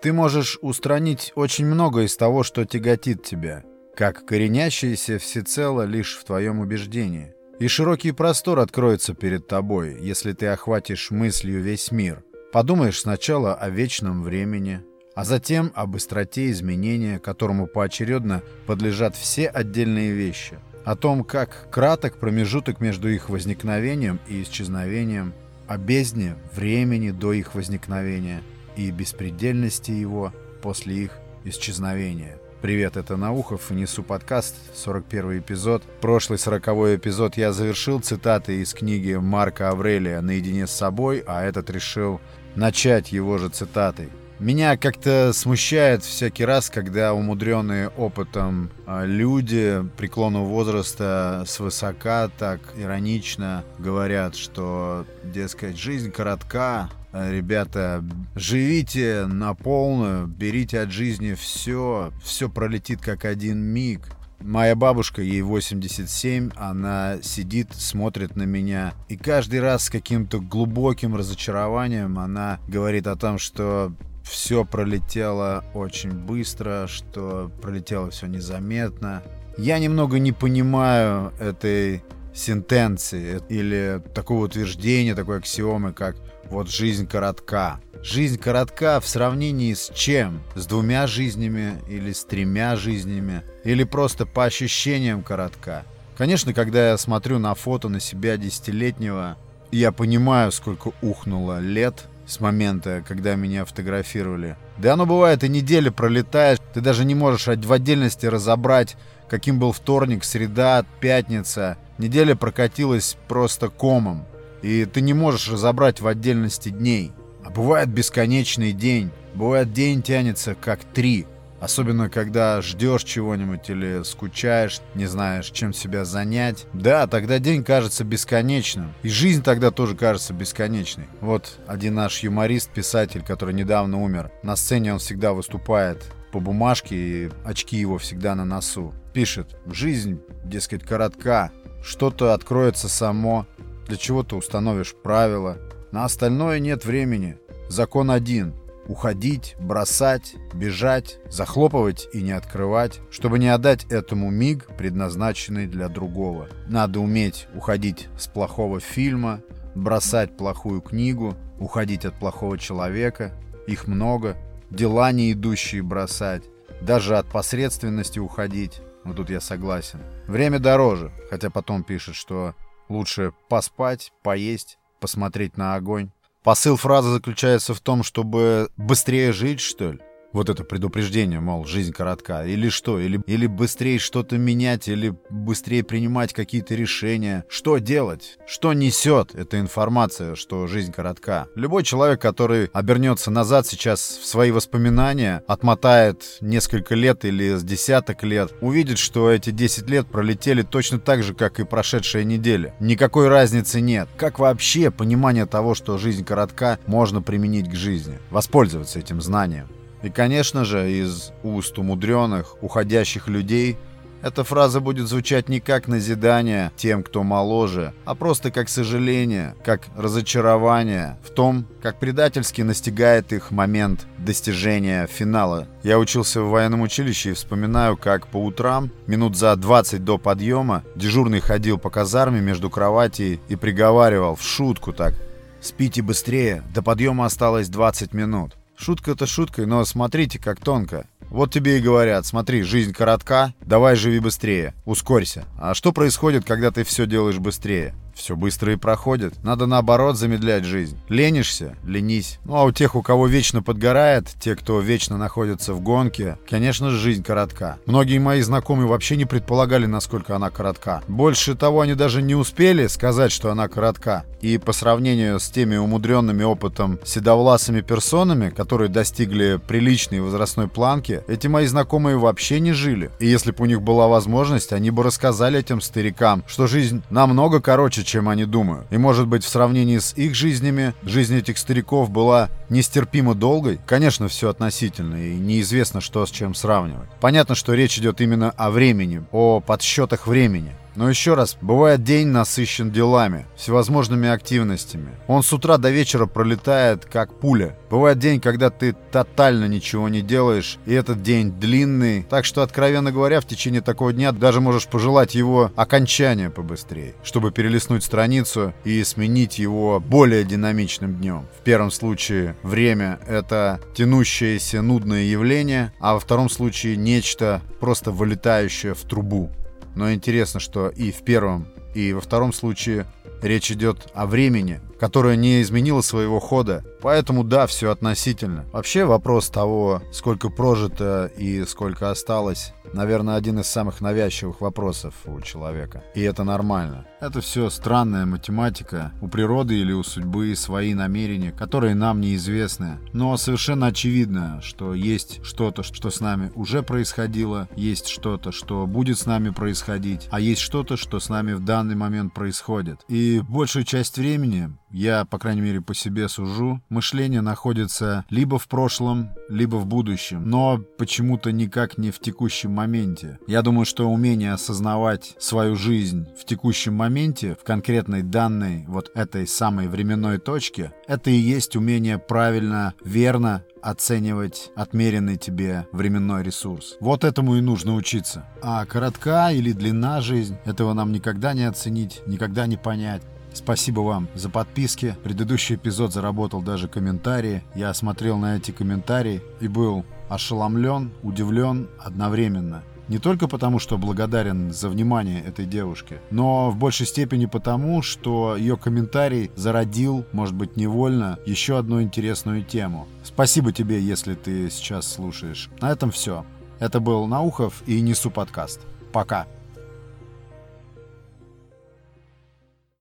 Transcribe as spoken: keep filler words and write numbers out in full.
Ты можешь устранить очень многое из того, что тяготит тебя, как коренящееся всецело лишь в твоем убеждении. И широкий простор откроется перед тобой, если ты охватишь мыслью весь мир. Подумаешь сначала о вечном времени, а затем о быстроте изменения, которому поочередно подлежат все отдельные вещи, о том, как краток промежуток между их возникновением и исчезновением, о бездне времени до их возникновения и беспредельности его после их исчезновения. Привет, это Наухов, и несу подкаст, сорок первый эпизод. Прошлый сороковой эпизод я завершил цитатой из книги Марка Аврелия «Наедине с собой», а этот решил начать его же цитатой. Меня как-то смущает всякий раз, когда умудренные опытом люди преклонного возраста свысока так иронично говорят, что, дескать, жизнь коротка, ребята, живите на полную, берите от жизни все, все пролетит как один миг. Моя бабушка, ей восемьдесят семь, она сидит, смотрит на меня, и каждый раз с каким-то глубоким разочарованием она говорит о том, что все пролетело очень быстро, что пролетело все незаметно. Я немного не понимаю этой сентенции или такого утверждения, такой аксиомы, как «вот жизнь коротка». Жизнь коротка в сравнении с чем? С двумя жизнями или с тремя жизнями? Или просто по ощущениям коротка? Конечно, когда я смотрю на фото на себя десятилетнего, я понимаю, сколько ухнуло лет с момента, когда меня фотографировали. Да оно бывает, и неделя пролетает, ты даже не можешь в отдельности разобрать, каким был вторник, среда, пятница. Неделя прокатилась просто комом, и ты не можешь разобрать в отдельности дней. А бывает бесконечный день, бывает день тянется как три. Особенно, когда ждешь чего-нибудь или скучаешь, не знаешь, чем себя занять. Да, тогда день кажется бесконечным. И жизнь тогда тоже кажется бесконечной. Вот один наш юморист, писатель, который недавно умер. На сцене он всегда выступает по бумажке, и очки его всегда на носу. Пишет: «Жизнь, дескать, коротка. Что-то откроется само. Для чего-то установишь правила. На остальное нет времени. Закон один. Уходить, бросать, бежать, захлопывать и не открывать, чтобы не отдать этому миг, предназначенный для другого. Надо уметь уходить с плохого фильма, бросать плохую книгу, уходить от плохого человека, их много, дела не идущие бросать, даже от посредственности уходить». Вот тут я согласен. Время дороже, хотя потом пишет, что лучше поспать, поесть, посмотреть на огонь. Посыл фразы заключается в том, чтобы быстрее жить, что ли? Вот это предупреждение, мол, жизнь коротка. Или что? Или, или быстрее что-то менять, или быстрее принимать какие-то решения. Что делать? Что несет эта информация, что жизнь коротка? Любой человек, который обернется назад сейчас в свои воспоминания, отмотает несколько лет или с десяток лет, увидит, что эти десять лет пролетели точно так же, как и прошедшая неделя. Никакой разницы нет. Как вообще понимание того, что жизнь коротка, можно применить к жизни? Воспользоваться этим знанием. И, конечно же, из уст умудренных, уходящих людей эта фраза будет звучать не как назидание тем, кто моложе, а просто как сожаление, как разочарование в том, как предательски настигает их момент достижения финала. Я учился в военном училище и вспоминаю, как по утрам, минут за двадцать до подъема, дежурный ходил по казарме между кроватей и приговаривал в шутку так: «Спите быстрее, до подъема осталось двадцать минут». Шутка-то шуткой, но смотрите, как тонко. Вот тебе и говорят: смотри, жизнь коротка, давай живи быстрее, ускорься. А что происходит, когда ты все делаешь быстрее? Все быстро и проходит. Надо, наоборот, замедлять жизнь. Ленишься? Ленись. Ну а у тех, у кого вечно подгорает, те, кто вечно находится в гонке, конечно же, жизнь коротка. Многие мои знакомые вообще не предполагали, насколько она коротка. Больше того, они даже не успели сказать, что она коротка. И по сравнению с теми умудренными опытом седовласыми персонами, которые достигли приличной возрастной планки, эти мои знакомые вообще не жили. И если бы у них была возможность, они бы рассказали этим старикам, что жизнь намного короче, чем они думают. И, может быть, в сравнении с их жизнями, жизнь этих стариков была нестерпимо долгой. Конечно, все относительно, и неизвестно, что с чем сравнивать. Понятно, что речь идет именно о времени, о подсчетах времени. Но еще раз, бывает день насыщен делами, всевозможными активностями. Он с утра до вечера пролетает, как пуля. Бывает день, когда ты тотально ничего не делаешь, и этот день длинный. Так что, откровенно говоря, в течение такого дня даже можешь пожелать его окончания побыстрее, чтобы перелистнуть страницу и сменить его более динамичным днем. В первом случае время — это тянущееся нудное явление, а во втором случае нечто, просто вылетающее в трубу. Но интересно, что и в первом, и во втором случае речь идет о времени, которое не изменило своего хода. Поэтому да, все относительно. Вообще вопрос того, сколько прожито и сколько осталось, наверное, один из самых навязчивых вопросов у человека. И это нормально. Это все странная математика. У природы или у судьбы свои намерения, которые нам неизвестны. Но совершенно очевидно, что есть что-то, что с нами уже происходило, есть что-то, что будет с нами происходить, а есть что-то, что с нами в данный момент происходит. И большую часть времени, я, по крайней мере, по себе сужу, мышление находится либо в прошлом, либо в будущем, но почему-то никак не в текущем моменте. Я думаю, что умение осознавать свою жизнь в текущем моменте, в конкретной данной вот этой самой временной точке, это и есть умение правильно, верно оценивать отмеренный тебе временной ресурс. Вот этому и нужно учиться. А коротка или длинна жизнь, этого нам никогда не оценить, никогда не понять. Спасибо вам за подписки. Предыдущий эпизод заработал даже комментарии. Я смотрел на эти комментарии и был ошеломлен, удивлен одновременно. Не только потому, что благодарен за внимание этой девушке, но в большей степени потому, что ее комментарий зародил, может быть, невольно, еще одну интересную тему. Спасибо тебе, если ты сейчас слушаешь. На этом все. Это был Наухов и Несу подкаст. Пока.